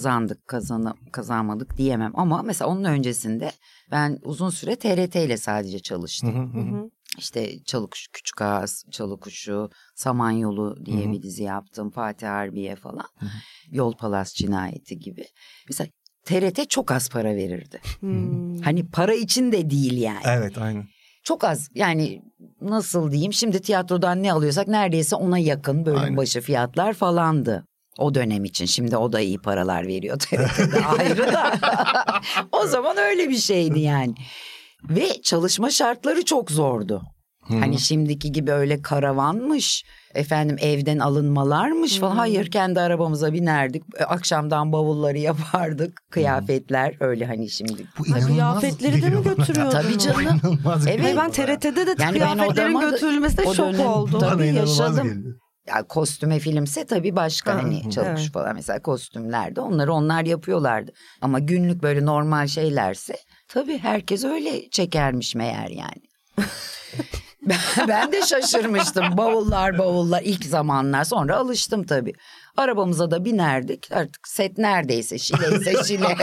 kazanmadık diyemem. Ama mesela onun öncesinde ben uzun süre TRT ile sadece çalıştım. İşte Küçük Ağız, Çalıkuşu, Samanyolu diye bir dizi yaptım. Fatih Harbiye falan. Yol Palas Cinayeti gibi. Mesela TRT çok az para verirdi. Hani para için de değil yani. Evet aynen. Çok az yani nasıl diyeyim şimdi tiyatrodan ne alıyorsak neredeyse ona yakın bölüm başı fiyatlar falandı. O dönem için şimdi o da iyi paralar veriyor TRT'de ayrı da. O zaman öyle bir şeydi yani. Ve çalışma şartları çok zordu. Hani şimdiki gibi öyle karavanmış, evden alınmalarmış falan. Hayır kendi arabamıza binerdik. Akşamdan bavulları yapardık. Kıyafetler öyle hani şimdi. Kıyafetleri de mi götürüyordun? Tabii canım. Evet ben TRT'de de yani kıyafetlerin götürülmesine şok oldum. Tabii yaşadım. Ya kostüme filmse tabii başka hani Çalıkuş falan mesela kostümlerde onlar yapıyorlardı. Ama günlük böyle normal şeylerse tabii herkes öyle çekermiş meğer yani. Ben de şaşırmıştım bavullar ilk zamanlar sonra alıştım tabii. Arabamıza da binerdik artık set neredeyse şile.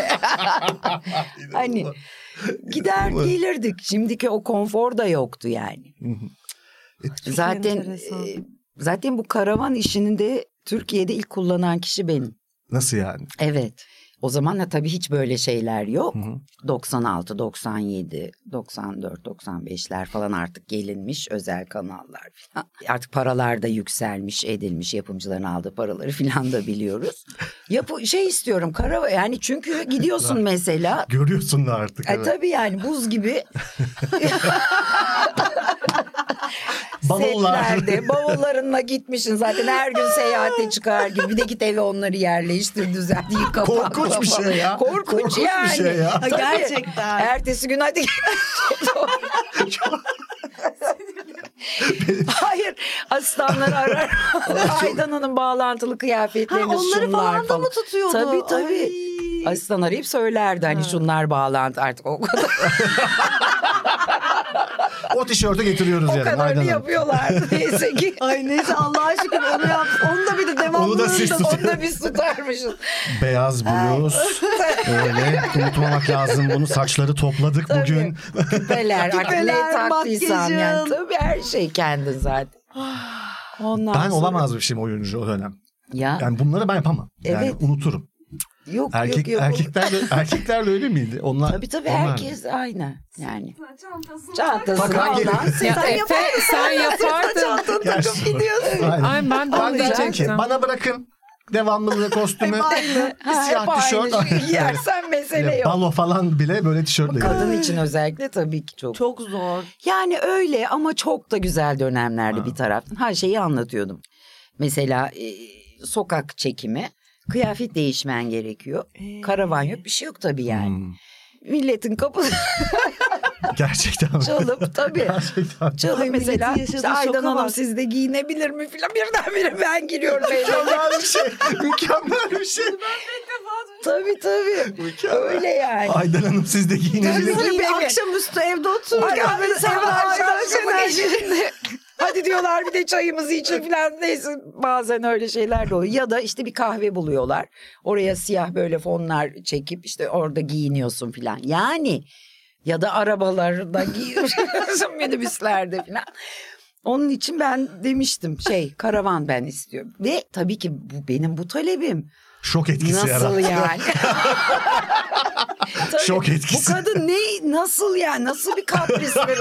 Hani gider gelirdik şimdiki o konfor da yoktu yani. Zaten Zaten bu karavan işini de Türkiye'de ilk kullanan kişi benim. Nasıl yani? Evet. O zaman da tabii hiç böyle şeyler yok. Hı hı. 96, 97, 94, 95'ler falan artık gelinmiş özel kanallar falan. Artık paralar da yükselmiş, edilmiş, yapımcıların aldığı paraları falan da biliyoruz. Şey istiyorum yani çünkü gidiyorsun mesela. Görüyorsun da artık. Evet. Tabii yani buz gibi. Bavullar. Setlerde bavullarınla gitmişsin zaten her gün seyahate çıkar gibi. Bir de git eve onları yerleştir, düzelt, yıka. Korkunç bir şey ya. Korkunç yani. Bir şey ya. Tabii. Gerçekten. Ertesi gün hadi. Hayır, asistanları arar. Aydan Hanım bağlantılı kıyafetlerini onları şunlar falan da mı tutuyordu? Tabii. Ay. Asistan arayıp söylerdi hani şunlar bağlantı artık o kadar. O tişörtü getiriyoruz O yani. kadarını Aynen. yapıyorlar. Neyse ki. Ay neyse Allah'a şükür onu yap. Onu da bir de devamlı. Onu da siz tutun. Onu da biz tutarmışız. Beyaz bluz. Öyle unutmamak lazım bunu. Saçları topladık Tabii. bugün. Küpeler, artık ne Küpeler, taktıysam yani. makyajın. Tabii her şey kendin zaten. Ondan Ben sonra... olamazmışım oyuncu o dönem. Ya Yani bunları ben yapamam. Yani Evet. unuturum. yok. Erkeklerle öyle miydi? Onlar. Tabii onlar. herkes aynı yani. Çantasını Çantasını Bakan geliyor. alan Ya Sen Efe sen yapardın. Gerçekten. Aynen. Ay ben de Ben onu diyeceğim ki diyecektim. bana bırakın devamlılığı kostümü. Bir siyah Hep tişört. aynı. Giyersen mesele yok. Balo falan bile böyle tişörtle. Kadın için özellikle tabii ki çok. Çok zor. Yani öyle ama çok da güzel dönemlerdi bir taraftan. Her şeyi anlatıyordum. Mesela sokak çekimi, kıyafet değişmen gerekiyor. Karavan yok, bir şey yok tabii yani. Milletin kapısı Gerçekten. çalıp tabii. Gerçekten. Çalıp Ay, mesela milletin yaşadığı işte Aydan şoka Hanım bak. siz de giyinebilir mi filan birdenbire ben giriyorum. Mükemmel bir şey. Mükemmel bir şey. Tabii. Mükemmel. Öyle yani. Aydan Hanım siz de giyinebilir. Tabii. Bir akşamüstü evde otururken Ay, böyle sen Aydan Şener. Şener. Hadi diyorlar bir de çayımızı için falan neyse bazen öyle şeyler de oluyor. Ya da işte bir kahve buluyorlar. Oraya siyah böyle fonlar çekip işte orada giyiniyorsun falan. Yani ya da arabalarda giyiyorsun minibüslerde falan. Onun için ben demiştim karavan ben istiyorum. Ve tabii ki benim bu talebim. Şok etkisi Nasıl yarattı. yani? Tabii, Şok etkisi. Bu kadın nasıl yani nasıl bir kaprisleri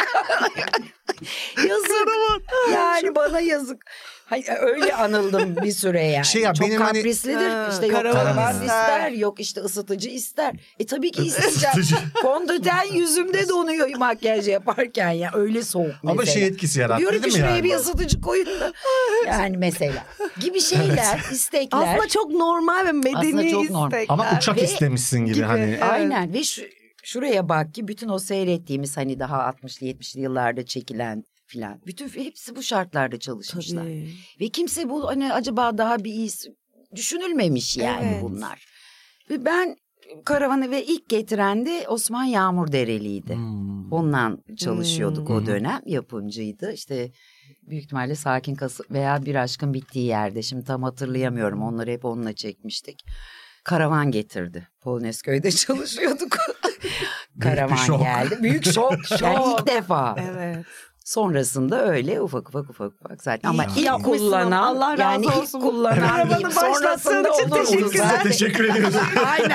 yazık yani bana yazık. Hayır, öyle anıldım bir süre yani. Ya çok benim hani- kaprislidir. İşte yok karavan karavan ister. ister, yok işte ısıtıcı ister. Tabii ki isteyeceğim. Isıtıcı. Fondöten yüzümde donuyor makyaj yaparken ya öyle soğuk mesela. Ama etkisi yarattı Diyorum ki değil mi şuraya yani? bir ısıtıcı koyun da. Yani mesela gibi şeyler, istekler. Aslında çok normal ve medeni Aslında çok normal. istekler. Ama uçak Ve- istemişsin gibi, gibi. hani. Evet. Aynen ve şuraya bak ki bütün o seyrettiğimiz hani daha 60'lı 70'li yıllarda çekilen filan. Bütün hepsi bu şartlarda çalışmışlar. Tabii. Ve kimse bu hani acaba daha bir iyisi düşünülmemiş yani Evet. bunlar. Ve ben karavanı ve ilk getiren de Osman Yağmurdereli'ydi. Ondan çalışıyorduk o dönem. Yapımcıydı. İşte büyük ihtimalle Sakin Kasım veya Bir Aşkın Bittiği Yerde. Şimdi tam hatırlayamıyorum. Onları hep onunla çekmiştik. Karavan getirdi. Polonezköy'de çalışıyorduk. Karavan şok. geldi. Büyük şok. Yani ilk defa. Evet. Sonrasında öyle ufak zaten. Ama İyi ki ilk yapmışsın kullanan ama. Allah razı yani olsun. ilk kullanan Karavanı diyeyim. başlattığın Sonrasında için olurdu teşekkürler. zaten. Teşekkür ediyoruz. Aynen.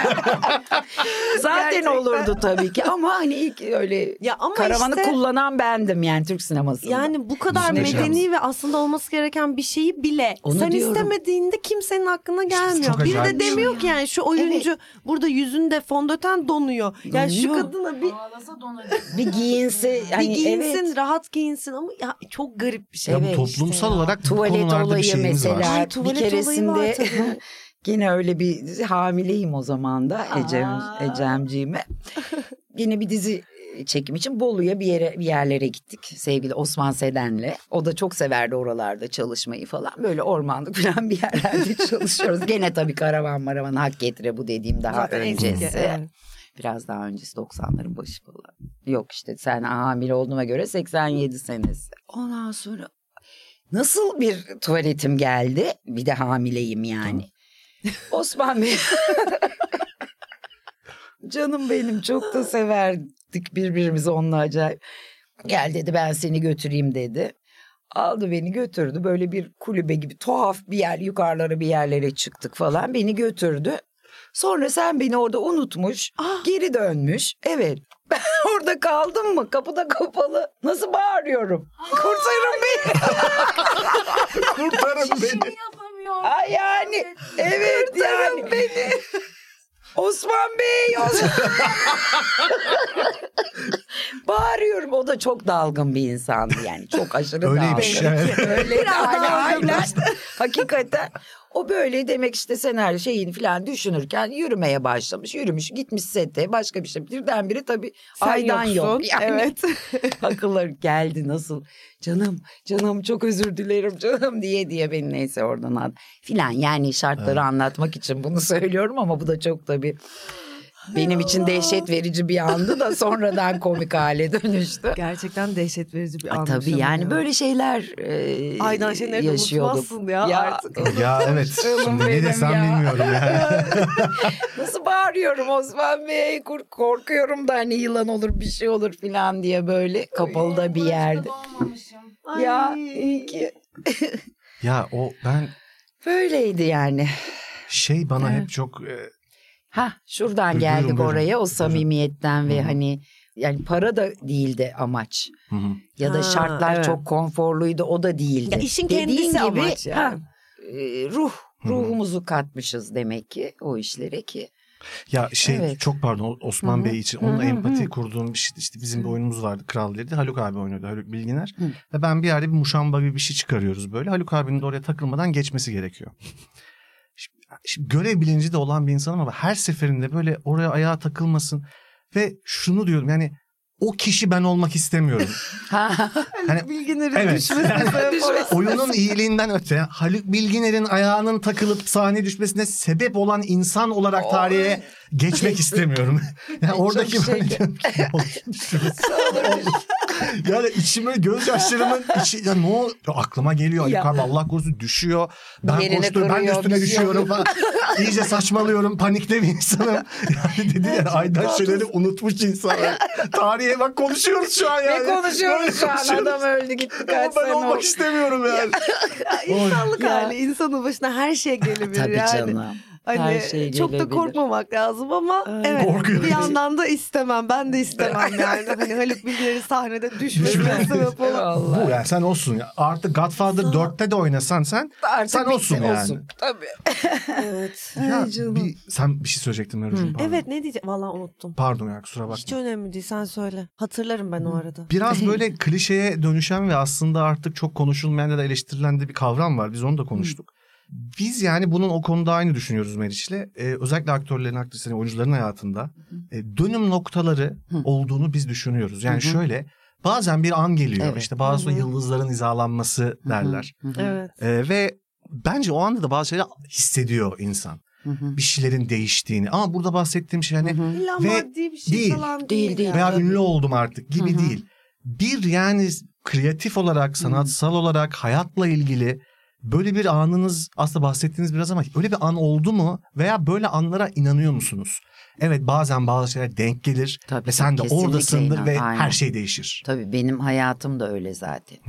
Zaten Gerçekten. olurdu tabii ki ama hani ilk öyle Ya ama karavanı işte- kullanan bendim yani Türk sinemasında. Yani bu kadar Düşüneceğim. medeni ve aslında olması gereken bir şeyi bile Onu sen diyorum. istemediğinde kimsenin aklına gelmiyor. çok Biri de acayip bir demiyor şey. ki yani şu oyuncu burada yüzünde fondöten donuyor. Yani şu Donuyor. kadına bir Ağlasa donacak. bir giyinse hani giyinsin, evet. rahat giyinsin ama ya çok garip bir şey. Ya bu Evet, toplumsal işte ya. olarak bu Tuvalet konularda bir olayı şeyimiz var. mesela. Ay, tuvalet bir olayı var keresinde tabii. yine öyle bir hamileyim o zaman da Ecemciğime. Yine bir dizi çekim için Bolu'ya bir yerlere gittik sevgili Osman Seden'le. O da çok severdi oralarda çalışmayı falan. Böyle ormanlık falan bir yerlerde çalışıyoruz. Gene tabii karavan hak getire bu dediğim daha Zaten öncesi. eski, evet. Biraz daha öncesi 90'ların başı falan. Yok işte sen hamile olduğuma göre 87 senesi. Ondan sonra nasıl bir tuvaletim geldi? Bir de hamileyim yani. Osman Bey. Canım benim çok da severdik birbirimizi onunla acayip. Gel dedi ben seni götüreyim dedi. Aldı beni götürdü. Böyle bir kulübe gibi tuhaf bir yer, yukarılara bir yerlere çıktık falan. Beni götürdü. Sonra sen beni orada unutmuş, geri dönmüş. Evet. Ben orada kaldım mı? Kapıda kapalı. Nasıl bağırıyorum? Kurtarın beni. Kurtarın beni. Şey yapamıyor. Ay yani. Evet yani. Beni. Osman Bey. Bağırıyorum. O da çok dalgın bir insandı yani. Çok aşırı Öyleymiş dalgın. yani. Öyle Biraz yani, dalgın. aynen. Hakikaten. O böyle demek işte senaryo şeyini falan düşünürken yürümeye başlamış. Yürümüş gitmiş sete başka bir şey. Birdenbire tabii Sen aydan yoksun. yok. Yani Evet. akılları geldi nasıl canım çok özür dilerim canım diye beni neyse oradan al filan. Yani şartları anlatmak için bunu söylüyorum ama bu da çok tabii benim için dehşet verici bir andı da sonradan komik hale dönüştü. Gerçekten dehşet verici bir Ay, anmış tabii ama yani ya. böyle şeyler Aydan Şener'i de yaşıyorduk. unutmazsın ya artık. Ya evet. Şimdi ne benim desem ya. bilmiyorum yani. Nasıl bağırıyorum Osman Bey korkuyorum da hani yılan olur bir şey olur filan diye böyle kapalı da bir yerde. Doğmamışım. Ya iyi ki Ya ben böyleydi yani. bana hep çok Şuradan Buyurun, geldik buyurun. oraya o samimiyetten ve Hı hı. hani yani para da değildi amaç. Hı hı. Ya da Ha, şartlar evet. çok konforluydu o da değildi. Ya işin Dediğin kendisi amaç yani. ruhumuzu katmışız demek ki o işlere ki. Ya Evet. çok pardon Osman Hı hı. Bey için onunla Hı hı, empati hı. kurduğum bir şey. İşte bizim bir oyunumuz vardı Kral dedi. Haluk abi oynuyordu. Haluk Bilginer. Hı. Ve ben bir yerde bir muşamba gibi bir şey çıkarıyoruz böyle. Haluk abinin de oraya takılmadan geçmesi gerekiyor. Şimdi görev bilinci de olan bir insanım ama her seferinde böyle oraya ayağa takılmasın. Ve şunu diyorum yani o kişi ben olmak istemiyorum. Hani Bilginer'in evet. düşmesi Yani sebep oyunun iyiliğinden öte Haluk Bilginer'in ayağının takılıp sahneye düşmesine sebep olan insan olarak tarihe geçmek istemiyorum. Yani Ay, oradaki çok böyle şey- yani içime gözyaşlarımın ya ne oldu? Aklıma geliyor Haluk Ya. abi Allah korusun düşüyor. Ben Yerini koşturuyorum ben de kırıyor, üstüne bir şey düşüyorum oluyor. falan. İyice saçmalıyorum panikte bir insanım. Yani dedi yani Aydan Şener'i unutmuş insan. Tarihe bak konuşuyoruz şu an yani. Ne konuşuyoruz Böyle şu an konuşuyoruz. adam öldü gitti Ama kaç ben sene olmak oldu. istemiyorum yani. İnsanlık Ya. hali. İnsanın başına her şey gelebilir Tabii yani. canım. Hani Her şey çok da gelebilir. korkmamak lazım ama evet Korkuyorum. bir yandan da istemem. Ben de istemem yani. Hani Haluk Bilginer'in sahnede düşmesine sebep olan. Vallahi. Bu yani sen olsun ya. Artık Godfather 4'te de oynasan sen Artık sen bitti, olsun yani. Tabii. Evet. Ya sen bir şey söyleyecektin Merucuğum. Pardon. Evet ne diyeceğim? Vallahi unuttum. Pardon ya kusura bakma. Hiç önemli değil sen söyle. Hatırlarım ben o arada. Biraz böyle klişeye dönüşen ve aslında artık çok konuşulmayan ya da eleştirilen de bir kavram var. Biz onu da konuştuk. Biz yani bunun o konuda aynı düşünüyoruz Meriç'le. Özellikle aktörlerin, aktrislerin, oyuncuların hayatında dönüm noktaları olduğunu biz düşünüyoruz. Yani şöyle bazen bir an geliyor. Evet. İşte bazı yıldızların hizalanması derler. Evet. Ve bence o anda da bazı şeyler hissediyor insan. Bir şeylerin değiştiğini. Ama burada bahsettiğim şey hani İlla ve maddi bir şey değil, falan değil. yani. veya ünlü oldum artık gibi değil. Bir yani kreatif olarak, sanatsal olarak hayatla ilgili böyle bir anınız aslında bahsettiğiniz biraz ama öyle bir an oldu mu veya böyle anlara inanıyor musunuz? Evet bazen bazı şeyler denk gelir Tabii, ve sen de kesinlikle oradasındır inan, ve aynen. her şey değişir. Tabii benim hayatım da öyle zaten.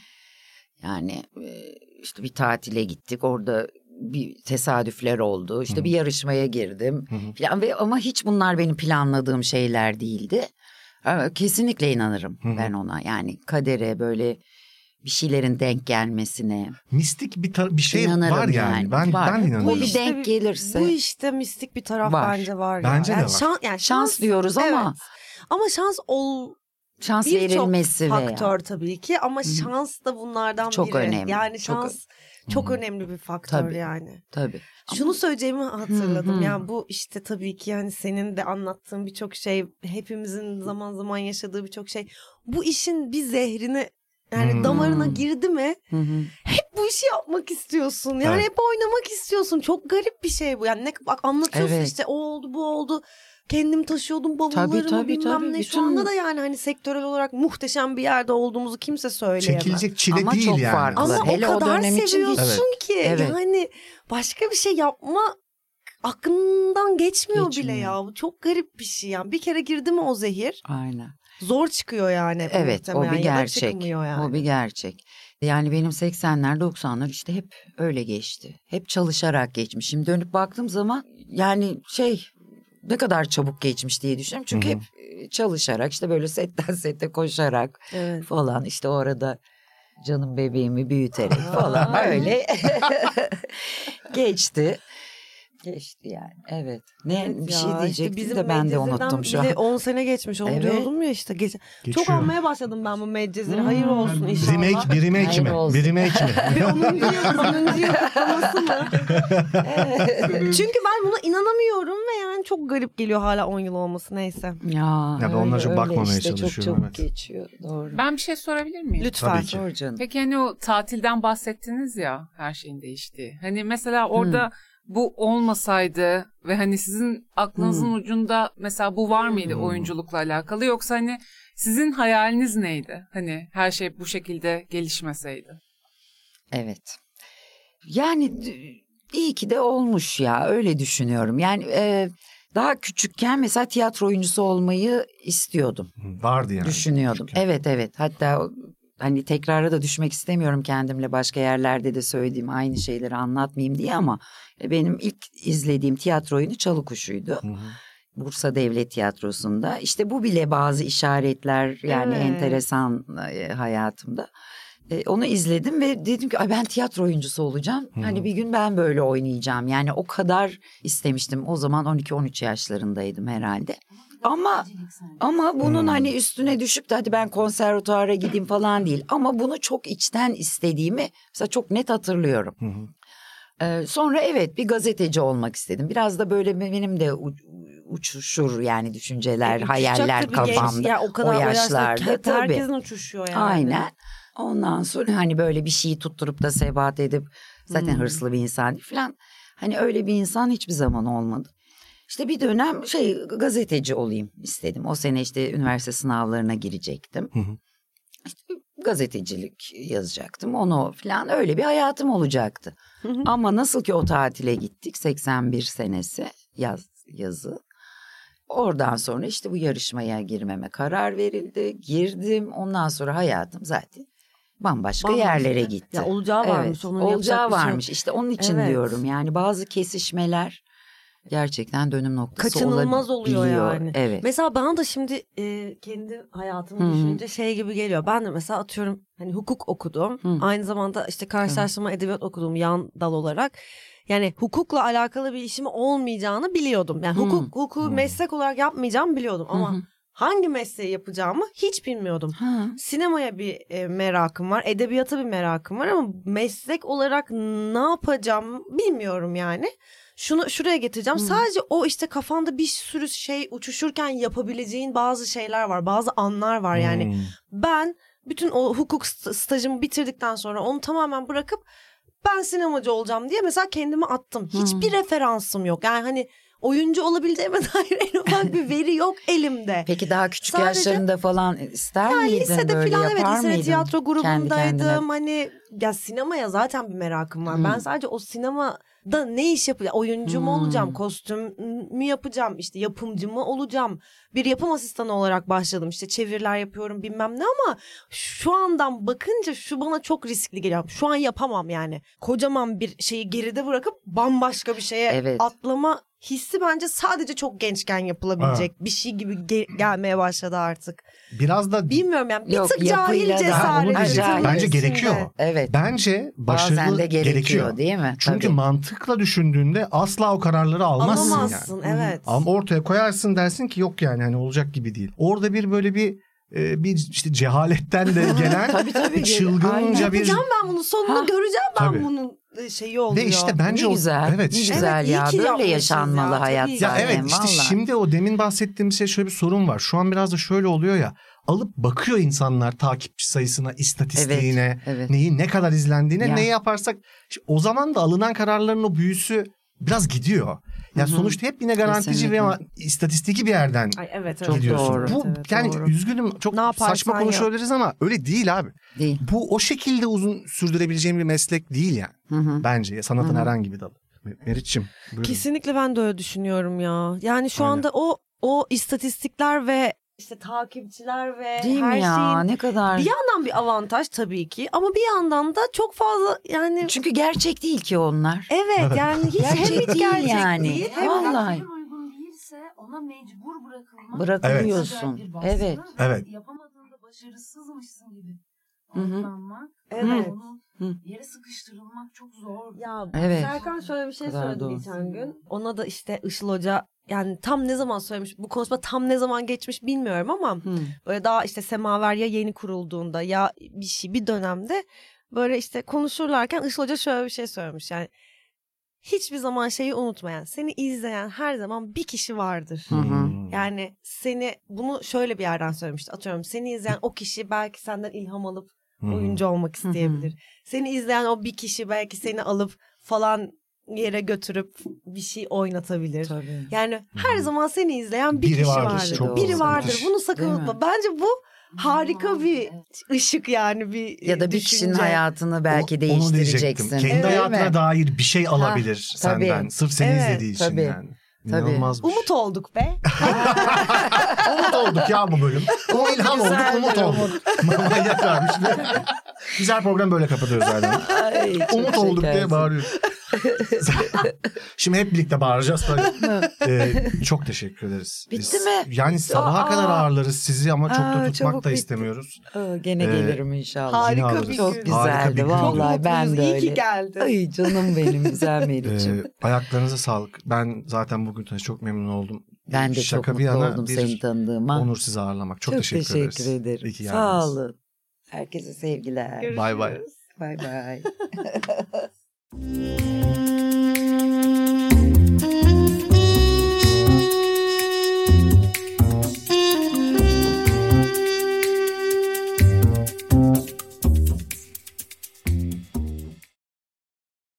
Yani işte bir tatile gittik orada bir tesadüfler oldu. İşte bir yarışmaya girdim falan ve ama hiç bunlar benim planladığım şeyler değildi. Ama kesinlikle inanırım ben ona. Yani kadere böyle bir şeylerin denk gelmesine. Mistik bir şey İnanırım var yani. Ben Var. inanıyorum. Bu bir denk gelirse. Bu işte mistik bir taraf Var. bence var. Bence ya. de Yani var. Şans diyoruz ama evet. Ama şans şans birçok verilmesi faktör tabii ki ama şans da bunlardan Çok biri. önemli. Yani Çok şans çok önemli bir faktör Tabii. yani. tabii. Şunu söyleyeceğimi hatırladım. Yani bu işte tabii ki yani senin de anlattığın birçok şey, hepimizin zaman zaman yaşadığı birçok şey. Bu işin bir zehrini yani damarına girdi mi hep bu işi yapmak istiyorsun. Yani Evet. hep oynamak istiyorsun. Çok garip bir şey bu. Yani ne bak anlatıyorsun Evet. işte o oldu bu oldu. Kendim taşıyordum bavullarımı Tabii, bilmem tabii. ne. Şu Bütün- anda da yani hani sektörel olarak muhteşem bir yerde olduğumuzu kimse söyleyemez. Çekilecek çile Ama değil çok yani. farklı. Ama Hele o o kadar dönem için seviyorsun ki Evet. yani başka bir şey yapma aklından geçmiyor bile Geçmiyor. ya. Bu çok garip bir şey yani. Bir kere girdi mi o zehir Aynen. zor çıkıyor yani. Evet o muhtemelen bir ya da gerçek. çıkmıyor yani. O bir gerçek. Yani benim 80'ler 90'lar işte hep öyle geçti. Hep çalışarak geçmiş. Şimdi dönüp baktığım zaman yani ne kadar çabuk geçmiş diye düşünüyorum. Çünkü hep çalışarak işte böyle setten sete koşarak falan işte orada canım bebeğimi büyüterek falan böyle geçti. Geçti yani evet. Bir şey diyecektim işte de ben de unuttum şu an. 10 sene geçmiş onu diyordum ya işte. Çok anmaya başladım ben bu Medcezir'i. Hayır olsun inşallah. Bir remake mi? olsun. Bir remake mi? Bir 10. yıl kutlaması mı? Çünkü ben buna inanamıyorum ve yani çok garip geliyor hala 10 yıl olması neyse. Ya ben onlara çok bakmamaya işte çalışıyorum. Çok geçiyor doğru. Ben bir şey sorabilir miyim? Lütfen. Tabii ki. Sor canım. Peki hani o tatilden bahsettiniz ya her şeyin değiştiği. Hani mesela orada bu olmasaydı ve hani sizin aklınızın ucunda mesela bu var mıydı oyunculukla alakalı yoksa hani sizin hayaliniz neydi? Hani her şey bu şekilde gelişmeseydi. Evet. Yani iyi ki de olmuş ya öyle düşünüyorum. Yani daha küçükken mesela tiyatro oyuncusu olmayı istiyordum. Vardı yani. Düşünüyordum. Küçükken. Evet. Hatta hani tekrara da düşmek istemiyorum kendimle başka yerlerde de söylediğim aynı şeyleri anlatmayayım diye ama benim ilk izlediğim tiyatro oyunu Çalı Kuşu'ydu. Bursa Devlet Tiyatrosu'nda. İşte bu bile bazı işaretler yani enteresan hayatımda. Onu izledim ve dedim ki ben tiyatro oyuncusu olacağım. Hani bir gün ben böyle oynayacağım. Yani o kadar istemiştim. O zaman 12-13 yaşlarındaydım herhalde. Ama bunun hani üstüne düşüp de hadi ben konservatuara gideyim falan değil. Ama bunu çok içten istediğimi mesela çok net hatırlıyorum. Sonra evet bir gazeteci olmak istedim. Biraz da böyle benim de uçuşur yani düşünceler, hayaller kafamda. Ya, o kadar o yaşlarda tabii. Herkesin uçuşuyor yani. Aynen. Ondan sonra hani böyle bir şeyi tutturup da sebat edip zaten hırslı bir insan değil falan. Hani öyle bir insan hiçbir zaman olmadı. İşte bir dönem gazeteci olayım istedim. O sene işte üniversite sınavlarına girecektim. İşte gazetecilik yazacaktım. Onu falan öyle bir hayatım olacaktı. Ama nasıl ki o tatile gittik 81 senesi yazı. Oradan sonra işte bu yarışmaya girmeme karar verildi. Girdim. Ondan sonra hayatım zaten bambaşka yerlere gitti. Ya olacağı varmış. Onun olacağı varmış. İşte onun için diyorum. Yani bazı kesişmeler gerçekten dönüm noktası kaçınılmaz oluyor yani. Evet. Mesela bana da şimdi kendi hayatımı düşününce şey gibi geliyor. Ben de mesela atıyorum hani hukuk okudum. Aynı zamanda işte karşılaştırma edebiyat okudum yan dal olarak. Yani hukukla alakalı bir işim olmayacağını biliyordum. Yani hukuku meslek olarak yapmayacağımı biliyordum ama hangi mesleği yapacağımı hiç bilmiyordum. Sinemaya bir merakım var, edebiyata bir merakım var ama meslek olarak ne yapacağım bilmiyorum yani. Şuraya getireceğim. Sadece o işte kafanda bir sürü şey uçuşurken yapabileceğin bazı şeyler var. Bazı anlar var yani. Ben bütün o hukuk stajımı bitirdikten sonra onu tamamen bırakıp ben sinemacı olacağım diye mesela kendimi attım. Hiçbir referansım yok. Yani hani oyuncu olabileceğime dair en ufak bir veri yok elimde. Peki daha küçük yaşlarında falan ister miydin lisede böyle falan yapar lisede mıydın? tiyatro grubundaydım. Kendine. Hani ya sinemaya zaten bir merakım var. Ben sadece o sinemada ne iş yapacağım? Oyuncu mu olacağım? Kostüm mü yapacağım? İşte yapımcı mı olacağım? Bir yapım asistanı olarak başladım. İşte çeviriler yapıyorum bilmem ne ama şu andan bakınca şu bana çok riskli geliyor. Şu an yapamam yani. Kocaman bir şeyi geride bırakıp bambaşka bir şeye atlama hissi bence sadece çok gençken yapılabilecek bir şey gibi gelmeye başladı artık. Biraz da bilmiyorum yani bir tık cahil cesaret. Bence gerekiyor. Evet. Bence başarılı bazen de gerekiyor değil mi? Çünkü mantıkla düşündüğünde asla o kararları alamazsın yani. Evet. Ama ortaya koyarsın dersin ki yok yani hani olacak gibi değil. Orada bir böyle bir işte cehaletten de gelen tabii, çılgınca bir... Yapacağım ben bunu sonunu göreceğim ben bunun şeyi oluyor. Ve işte bence ne güzel. Evet, ne güzel ya. Böyle yaşanmalı hayat zaten. Ya evet işte vallahi. Şimdi o demin bahsettiğim şey şöyle bir sorun var. Şu an biraz da şöyle oluyor ya. Alıp bakıyor insanlar takipçi sayısına, istatistiğine, neyi ne kadar izlendiğine, neyi yaparsak. O zaman da alınan kararların o büyüsü biraz gidiyor. Yani sonuçta hep yine garantici ve istatistiki bir yerden gidiyorsun. Doğru. Bu yani doğru. Üzgünüm çok saçma konuşabiliriz ama öyle değil abi. Değil. Bu o şekilde uzun sürdürebileceğim bir meslek değil yani. Bence sanatın herhangi bir dalı. Meriç'ciğim buyurun. Kesinlikle ben de öyle düşünüyorum ya. Yani şu anda o istatistikler ve işte takipçiler ve Değil her mi ya? şeyin Ne kadar... bir yandan bir avantaj tabii ki ama bir yandan da çok fazla yani Çünkü gerçek değil ki onlar. evet yani hiç hem Gerçek hiç değil gerçek yani. değil hem Vallahi. Karakterin uygun değilse ona mecbur bırakılmak. Bırakılıyorsun. Acayip bir baskı. Evet. Evet. Yapamadığında başarısızmışsın gibi Hı hı. algılanmak. Evet. Onu Hı. yere sıkıştırılmak çok zor. ya Evet. Serkan şöyle bir şey Kadar söyledi doğru. geçen gün. Ona da işte Işıl Hoca yani tam ne zaman söylemiş bu konuşma tam ne zaman geçmiş bilmiyorum ama Hı. böyle daha işte Semaver ya yeni kurulduğunda ya bir dönemde böyle işte konuşurlarken Işıl Hoca şöyle bir şey söylemiş yani hiçbir zaman şeyi unutmayan seni izleyen her zaman bir kişi vardır. Hı hı. Hmm. Yani seni bunu şöyle bir yerden söylemişti. Atıyorum seni izleyen o kişi belki senden ilham alıp oyuncu olmak isteyebilir. Seni izleyen o bir kişi belki seni alıp falan yere götürüp bir şey oynatabilir. Tabii. Yani her zaman seni izleyen bir Biri kişi vardır, vardır. çok Biri doğru. vardır. Müthiş. Bunu sakın Değil mi? unutma. Bence bu harika bir ışık yani bir Ya da bir kişinin düşünce. hayatını belki Onu değiştireceksin. diyecektim. Kendi Değil hayatına mi? dair bir şey alabilir tabii. senden. Sırf seni Evet, izlediği için tabii. yani. Tabii. İnanılmaz bir Umut şey. olduk be. Umut olduk ya bu bölüm. O ilham olduk, Güzeldir umut olduk. Manyak varmış. Biz her program böyle kapatıyoruz zaten. Ay, çok Umut olduk diye şekersin. bağırıyoruz. Şimdi hep birlikte bağıracağız. Çok teşekkür ederiz. Bitti mi? Yani sabaha kadar ağırlarız sizi ama çok da Aa, tutmak çabuk da bitti. istemiyoruz. Gene gelirim inşallah. Yine Harika alırız. bir Çok gün. Harika bir güzeldi gün. vallahi ben Mutluyuz. de İyi öyle. ki geldin. Ay canım benim güzel Melih'ciğim. Ayaklarınıza sağlık. Ben zaten bugün çok memnun oldum. Ben de Şaka çok bir mutlu yana oldum bir seni tanıdığıma. onur sizi ağırlamak. Çok teşekkür ederiz. ederim. İyi ki Sağ geldiniz. olun. Herkese sevgiler. Görüşürüz. Bay bay. Bay bay.